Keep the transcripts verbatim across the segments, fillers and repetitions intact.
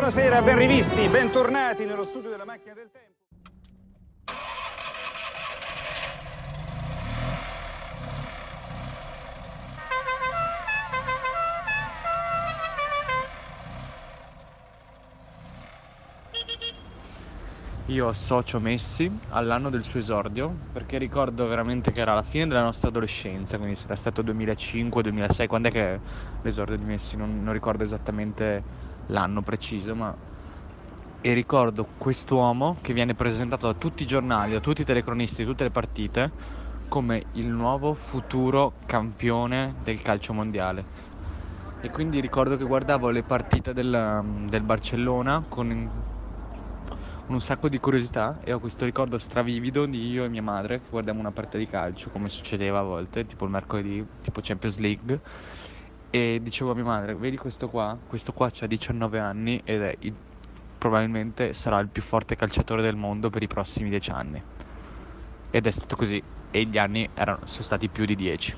buonasera, ben rivisti, bentornati nello studio della Macchina del Tempo. Io associo Messi all'anno del suo esordio perché ricordo veramente che era la fine della nostra adolescenza, quindi sarà stato duemilacinque duemilasei, quando è che è l'esordio di Messi? Non, non ricordo esattamente l'anno preciso, ma... E ricordo quest'uomo che viene presentato da tutti i giornali, da tutti i telecronisti di tutte le partite, come il nuovo futuro campione del calcio mondiale. E quindi ricordo che guardavo le partite del, del Barcellona con un sacco di curiosità e ho questo ricordo stravivido di io e mia madre che guardiamo una partita di calcio, come succedeva a volte, tipo il mercoledì, tipo Champions League, e dicevo a mia madre: vedi questo qua, questo qua c'ha diciannove anni ed è il, probabilmente sarà il più forte calciatore del mondo per i prossimi dieci anni. Ed è stato così, e gli anni erano, sono stati più di dieci.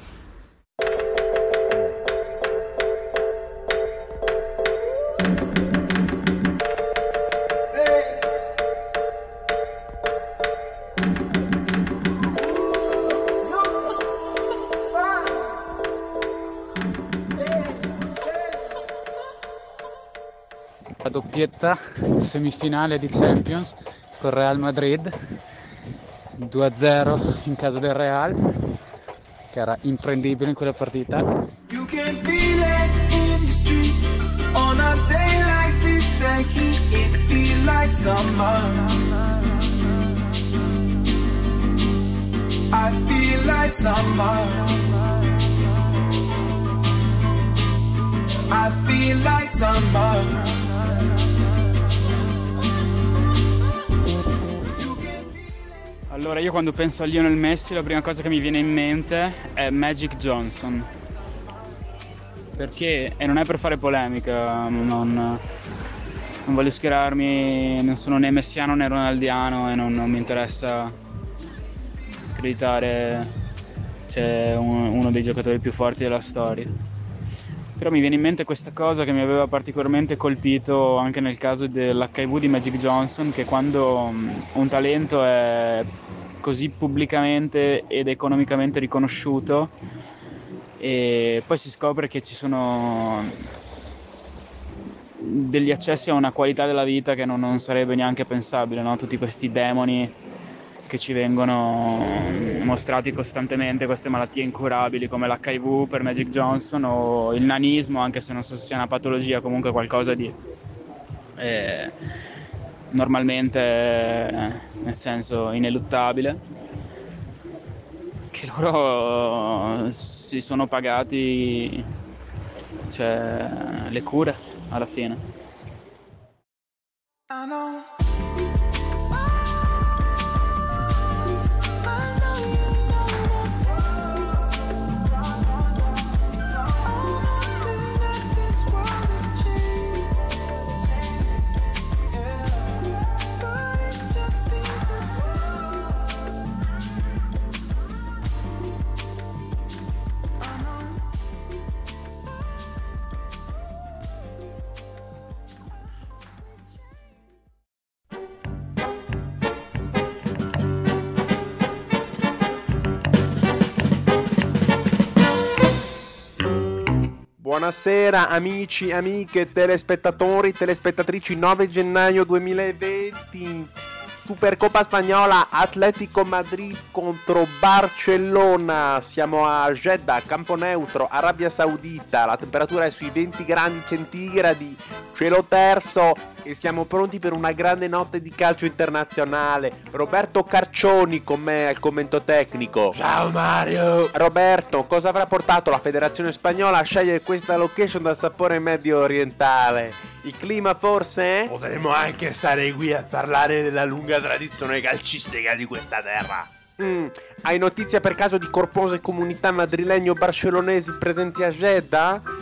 La doppietta semifinale di Champions con Real Madrid, due a zero in casa del Real, che era imprendibile in quella partita. You can feel it in the streets on a day like this, the heat, it feel like summer. I feel like summer. I feel like summer. Allora, io quando penso a Lionel Messi la prima cosa che mi viene in mente è Magic Johnson, perché, e non è per fare polemica, non, non voglio schierarmi, non sono né messiano né ronaldiano e non, non mi interessa screditare cioè, un, uno dei giocatori più forti della storia. Però mi viene in mente questa cosa che mi aveva particolarmente colpito anche nel caso dell'H I V di Magic Johnson, che quando un talento è così pubblicamente ed economicamente riconosciuto e poi si scopre che ci sono degli accessi a una qualità della vita che non, non sarebbe neanche pensabile, no? Tutti questi demoni che ci vengono mostrati costantemente, queste malattie incurabili come l'H I V per Magic Johnson o il nanismo, anche se non so se sia una patologia, comunque qualcosa di eh, normalmente eh, nel senso ineluttabile, che loro si sono pagati cioè, le cure alla fine. I know. Buonasera amici, amiche, telespettatori, telespettatrici. Nove gennaio duemilaventi, Supercoppa Spagnola, Atletico Madrid contro Barcellona. Siamo a Jeddah, campo neutro, Arabia Saudita. La temperatura è sui venti gradi centigradi, cielo terzo, e siamo pronti per una grande notte di calcio internazionale. Roberto Carcioni con me al commento tecnico. Ciao Mario! Roberto, cosa avrà portato la federazione spagnola a scegliere questa location dal sapore medio orientale? Il clima forse? Potremmo anche stare qui a parlare della lunga tradizione calcistica di questa terra. Mm, hai notizia per caso di corpose comunità madrilegno-barcellonesi presenti a Jeddah?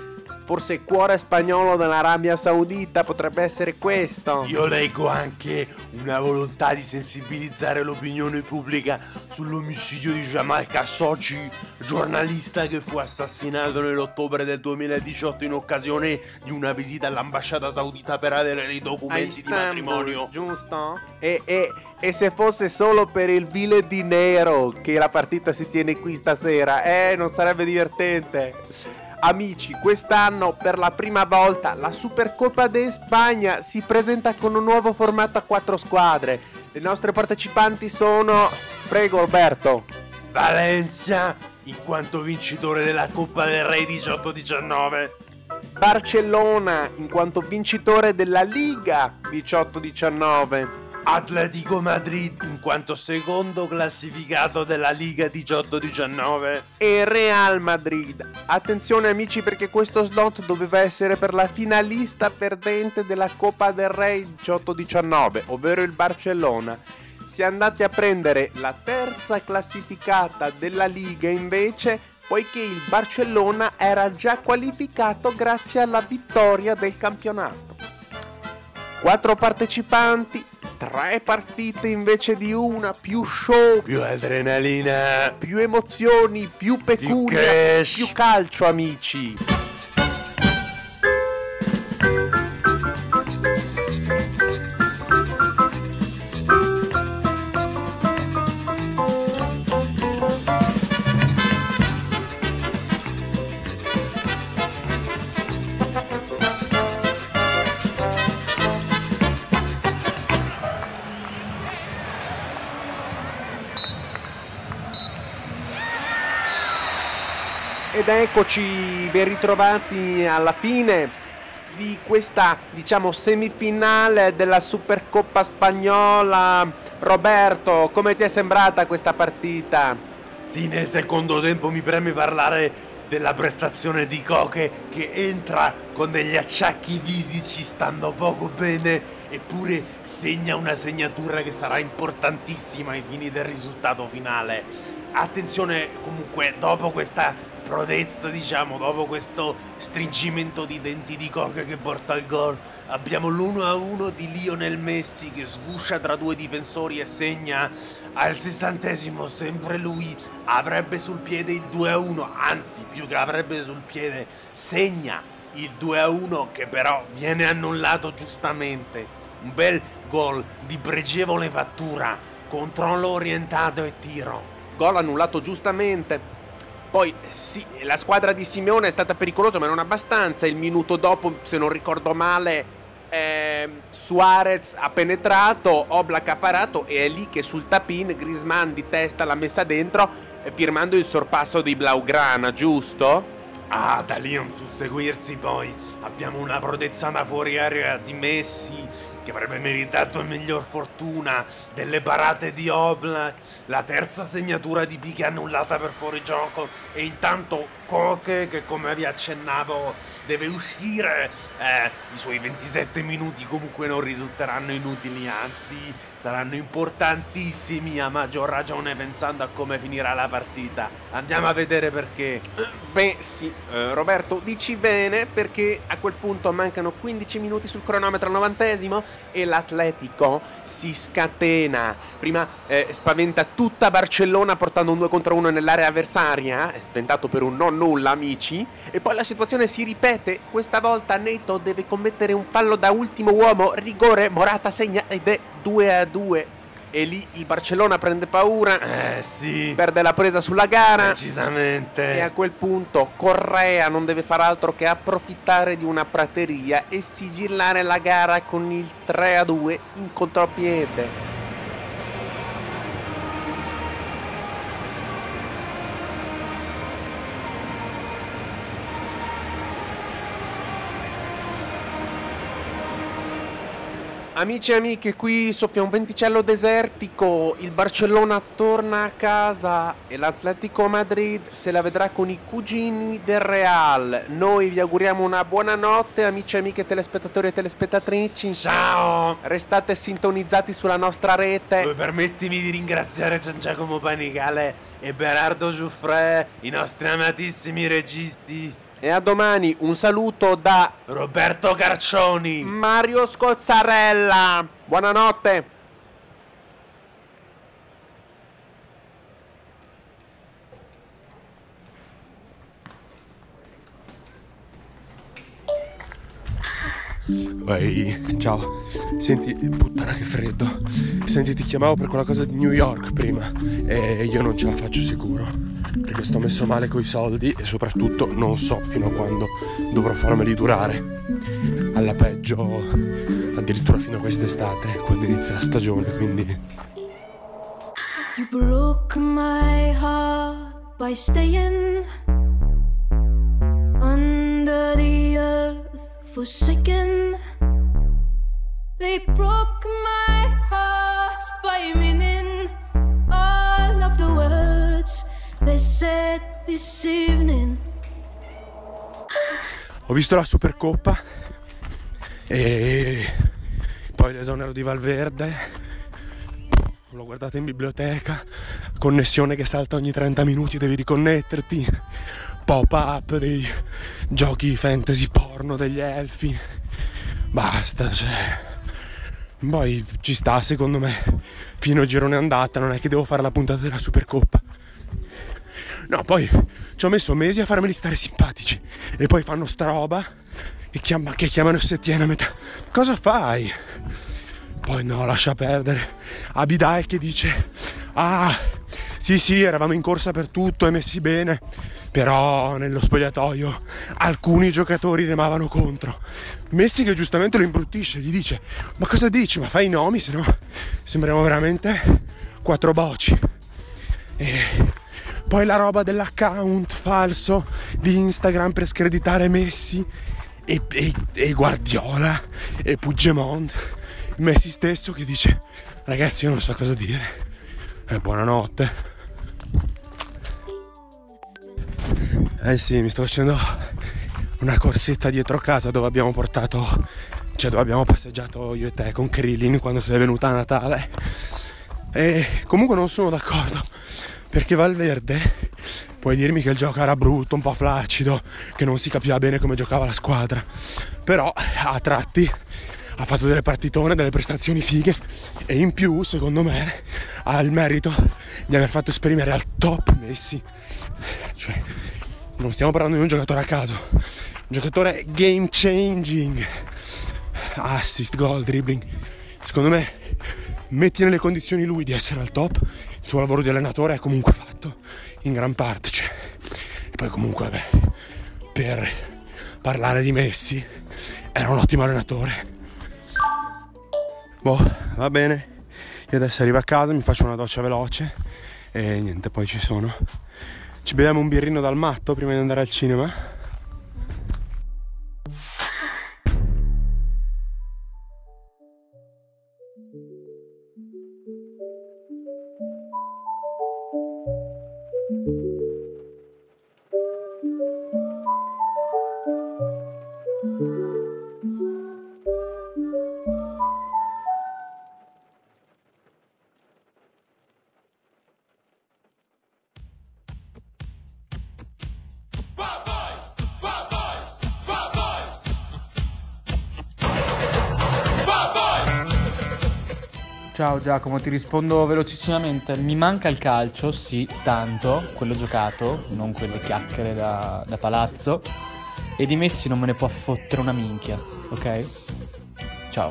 Forse cuore spagnolo dell'Arabia Saudita potrebbe essere questo. Io leggo anche una volontà di sensibilizzare l'opinione pubblica sull'omicidio di Jamal Khashoggi, giornalista che fu assassinato nell'ottobre del duemiladiciotto in occasione di una visita all'ambasciata saudita per avere dei documenti di matrimonio. Giusto? E, e, e se fosse solo per il vile dinero che la partita si tiene qui stasera, eh, non sarebbe divertente. Amici, quest'anno per la prima volta la Supercoppa de Spagna si presenta con un nuovo formato a quattro squadre. Le nostre partecipanti sono... Prego Alberto. Valencia, in quanto vincitore della Coppa del Re diciotto diciannove. Barcellona, in quanto vincitore della Liga diciotto diciannove. Atletico Madrid, in quanto secondo classificato della Liga diciotto diciannove. E Real Madrid. Attenzione amici, perché questo slot doveva essere per la finalista perdente della Coppa del Re diciotto diciannove, ovvero il Barcellona. Si è andati a prendere la terza classificata della Liga invece, poiché il Barcellona era già qualificato grazie alla vittoria del campionato. Quattro partecipanti, tre partite invece di una, più show, Più adrenalina, più emozioni, più pecunia, cash. più calcio amici. Ed eccoci ben ritrovati alla fine di questa, diciamo, semifinale della Supercoppa spagnola. Roberto, come ti è sembrata questa partita? Sì, nel secondo tempo mi preme parlare della prestazione di Koke, che entra con degli acciacchi fisici, stando poco bene, eppure segna una segnatura che sarà importantissima ai fini del risultato finale. Attenzione comunque, dopo questa prodezza, diciamo, dopo questo stringimento di denti di Koke che porta al gol, abbiamo l'uno a uno di Lionel Messi che sguscia tra due difensori e segna al sessantesimo. Sempre lui avrebbe sul piede il due a uno, anzi più che avrebbe sul piede segna il due a uno, che però viene annullato giustamente. Un bel gol di pregevole fattura, controllo orientato e tiro. Gol annullato giustamente. Poi sì, la squadra di Simeone è stata pericolosa, ma non abbastanza. Il minuto dopo, se non ricordo male, eh, Suarez ha penetrato, Oblak ha parato e è lì che sul tap-in Griezmann di testa l'ha messa dentro, eh, firmando il sorpasso di Blaugrana, giusto? Ah, da lì a un susseguirsi poi abbiamo una protezzata fuori area di Messi che avrebbe meritato il miglior fortuna, delle parate di Oblak, la terza segnatura di Piqué annullata per fuorigioco, e intanto Koke, che come vi accennavo deve uscire, eh, i suoi ventisette minuti comunque non risulteranno inutili, anzi saranno importantissimi, a maggior ragione pensando a come finirà la partita. Andiamo a vedere perché. Beh sì, eh, Roberto, dici bene, perché a quel punto mancano quindici minuti sul cronometro al novantesimo e l'Atletico si scatena. Prima eh, spaventa tutta Barcellona portando un due contro uno nell'area avversaria, eh, sventato per un non nulla amici, e poi la situazione si ripete. Questa volta Neto deve commettere un fallo da ultimo uomo, rigore, Morata segna ed è due a due. E lì il Barcellona prende paura, Eh sì, perde la presa sulla gara. decisamente. E a quel punto Correa non deve far altro che approfittare di una prateria e sigillare la gara con il tre a due in contropiede. Amici e amiche, qui soffia un venticello desertico, il Barcellona torna a casa e l'Atletico Madrid se la vedrà con i cugini del Real. Noi vi auguriamo una buona notte, amici e amiche telespettatori e telespettatrici. Ciao! Restate sintonizzati sulla nostra rete. Poi permettimi di ringraziare Gian Giacomo Panicale e Berardo Giuffre, i nostri amatissimi registi. E a domani, un saluto da Roberto Carcioni, Mario Scozzarella. Buonanotte. Ehi, ciao. Senti, puttana che freddo. Senti, ti chiamavo per quella cosa di New York prima e io non ce la faccio sicuro, perché sto messo male coi soldi e soprattutto non so fino a quando dovrò farmeli durare. Alla peggio addirittura fino a quest'estate, quando inizia la stagione, quindi... You broke my heart by staying under the earth, forsaken. They broke my heart by meaning all of the words they said this evening. Ho visto la Supercoppa e poi l'esonero di Valverde. L'ho guardata in biblioteca, connessione che salta ogni trenta minuti, devi riconnetterti, pop-up dei giochi fantasy porno degli elfi, basta, cioè... Poi ci sta, secondo me, fino al girone andata, non è che devo fare la puntata della Supercoppa. No, poi ci ho messo mesi a farmeli stare simpatici e poi fanno sta roba e chiama, che chiamano Setien a metà. Cosa fai? Poi no, lascia perdere. Abidai che dice: ah, sì sì, eravamo in corsa per tutto e messi bene, però nello spogliatoio alcuni giocatori remavano contro. Messi che giustamente lo imbruttisce, gli dice: ma cosa dici? Ma fai i nomi, se no sembriamo veramente quattro boci. E poi la roba dell'account falso di Instagram per screditare Messi e, e, e Guardiola e Puigdemont. Messi stesso che dice: ragazzi, io non so cosa dire, eh, buonanotte. Eh sì, mi sto facendo una corsetta dietro casa dove abbiamo portato, cioè dove abbiamo passeggiato io e te con Krillin quando sei venuta a Natale. E comunque non sono d'accordo, perché Valverde, puoi dirmi che il gioco era brutto, un po' flaccido, che non si capiva bene come giocava la squadra, però a tratti ha fatto delle partitone, delle prestazioni fighe, e in più, secondo me, ha il merito di aver fatto esprimere al top Messi. Cioè, non stiamo parlando di un giocatore a caso, un giocatore game changing, assist, goal, dribbling. Secondo me, metti nelle condizioni lui di essere al top, il tuo lavoro di allenatore è comunque fatto in gran parte, cioè. E poi comunque, vabbè, per parlare di Messi, era un ottimo allenatore. Boh, va bene, io adesso arrivo a casa, mi faccio una doccia veloce e niente, poi ci sono. Ci beviamo un birrino dal matto prima di andare al cinema? Ciao Giacomo, ti rispondo velocissimamente. Mi manca il calcio, sì, tanto, quello giocato, non quelle chiacchiere da, da palazzo. E di Messi non me ne può fottere una minchia, ok? Ciao.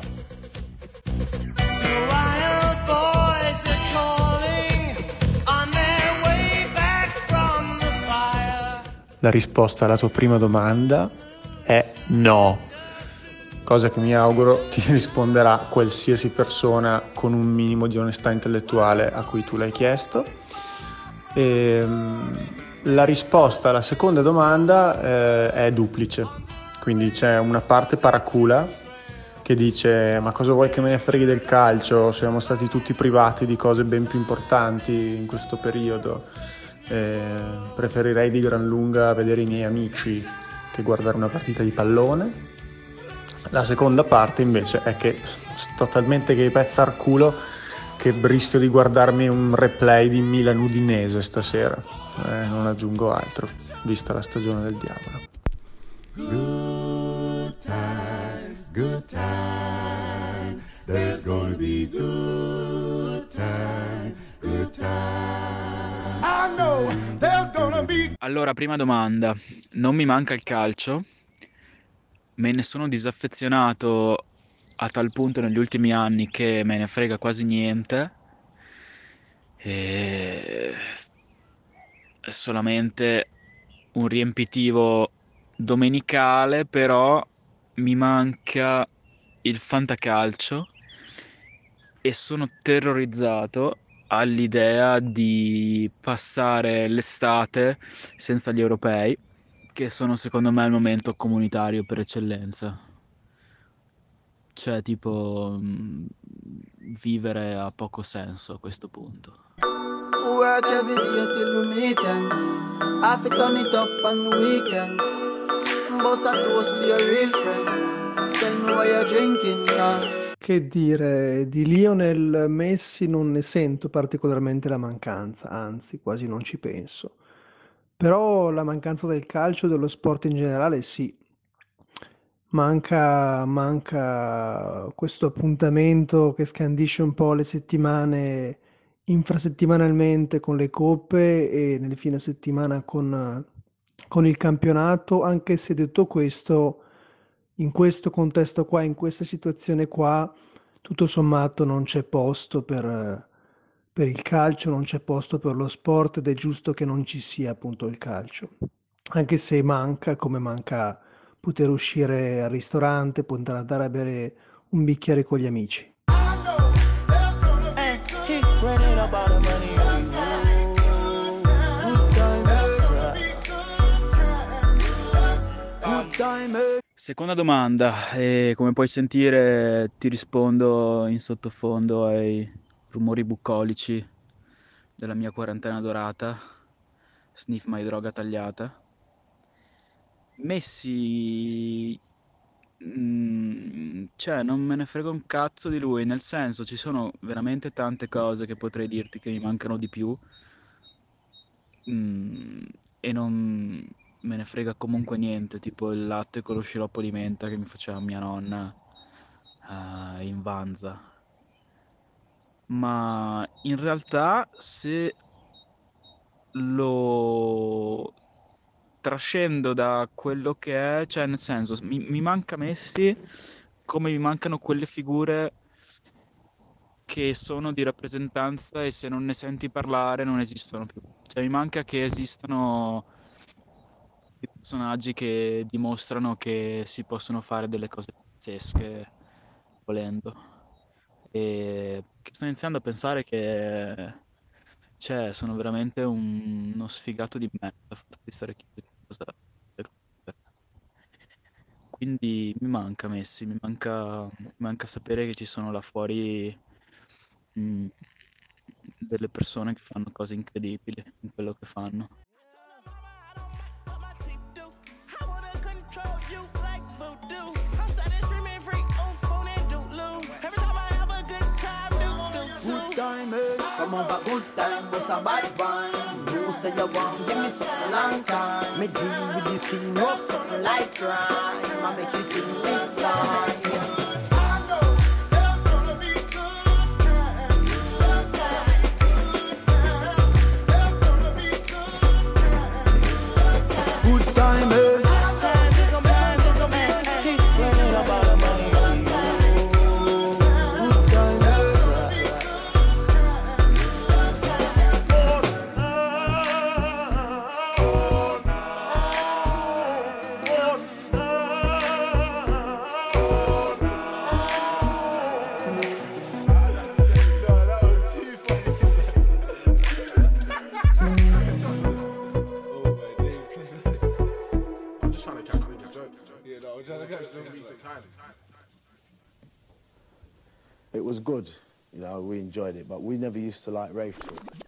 La risposta alla tua prima domanda è no. Cosa che mi auguro ti risponderà qualsiasi persona con un minimo di onestà intellettuale a cui tu l'hai chiesto. E, la risposta alla seconda domanda eh, è duplice, quindi c'è una parte paracula che dice: ma cosa vuoi che me ne freghi del calcio, siamo stati tutti privati di cose ben più importanti in questo periodo, eh, preferirei di gran lunga vedere i miei amici che guardare una partita di pallone. La seconda parte invece è che sto talmente che pezza al culo che rischio di guardarmi un replay di Milan Udinese stasera, eh, non aggiungo altro, vista la stagione del diavolo. Good times, good times. There's gonna be good times, good times. I know there's gonna be. Allora, prima domanda. Non mi manca il calcio. Me ne sono disaffezionato a tal punto negli ultimi anni che me ne frega quasi niente. E... È solamente un riempitivo domenicale, però mi manca il fantacalcio e sono terrorizzato all'idea di passare l'estate senza gli europei, che sono secondo me il momento comunitario per eccellenza. Cioè, tipo, mh, vivere ha poco senso a questo punto. Work every day till we meet ends. I fit turn it up on the weekends. Boss a toast to your real friend. Tell me why you're drinking, yeah. Che dire, di Lionel Messi non ne sento particolarmente la mancanza, anzi quasi non ci penso. Però la mancanza del calcio e dello sport in generale sì. Manca, manca questo appuntamento che scandisce un po' le settimane infrasettimanalmente con le coppe e nel fine settimana con, con il campionato, anche se detto questo, in questo contesto qua, in questa situazione qua, tutto sommato non c'è posto per, per il calcio, non c'è posto per lo sport ed è giusto che non ci sia appunto il calcio, anche se manca, come manca poter uscire al ristorante, poter andare a bere un bicchiere con gli amici. Seconda domanda, e come puoi sentire ti rispondo in sottofondo ai rumori bucolici della mia quarantena dorata, sniff my droga tagliata. Messi, mm, cioè non me ne frega un cazzo di lui, nel senso ci sono veramente tante cose che potrei dirti che mi mancano di più, mm, e non me ne frega comunque niente, tipo il latte con lo sciroppo di menta che mi faceva mia nonna eh, in Vanza. Ma in realtà se lo trascendo da quello che è, cioè nel senso mi, mi manca Messi come mi mancano quelle figure che sono di rappresentanza e se non ne senti parlare non esistono più. Cioè mi manca che esistano i personaggi che dimostrano che si possono fare delle cose pazzesche volendo. E che sto iniziando a pensare che cioè sono veramente un- uno sfigato di merda a forza di stare chiuso in casa. Quindi mi manca Messi, mi manca, mi manca sapere che ci sono là fuori mm, delle persone che fanno cose incredibili in quello che fanno. Good time, eh? Come over, good time, was a bad one. You say you want, give me something long time. Me deal with this thing, no something like crime. I make you sing this line. Good time, eh? It was good, you know, we enjoyed it, but we never used to like rave talk.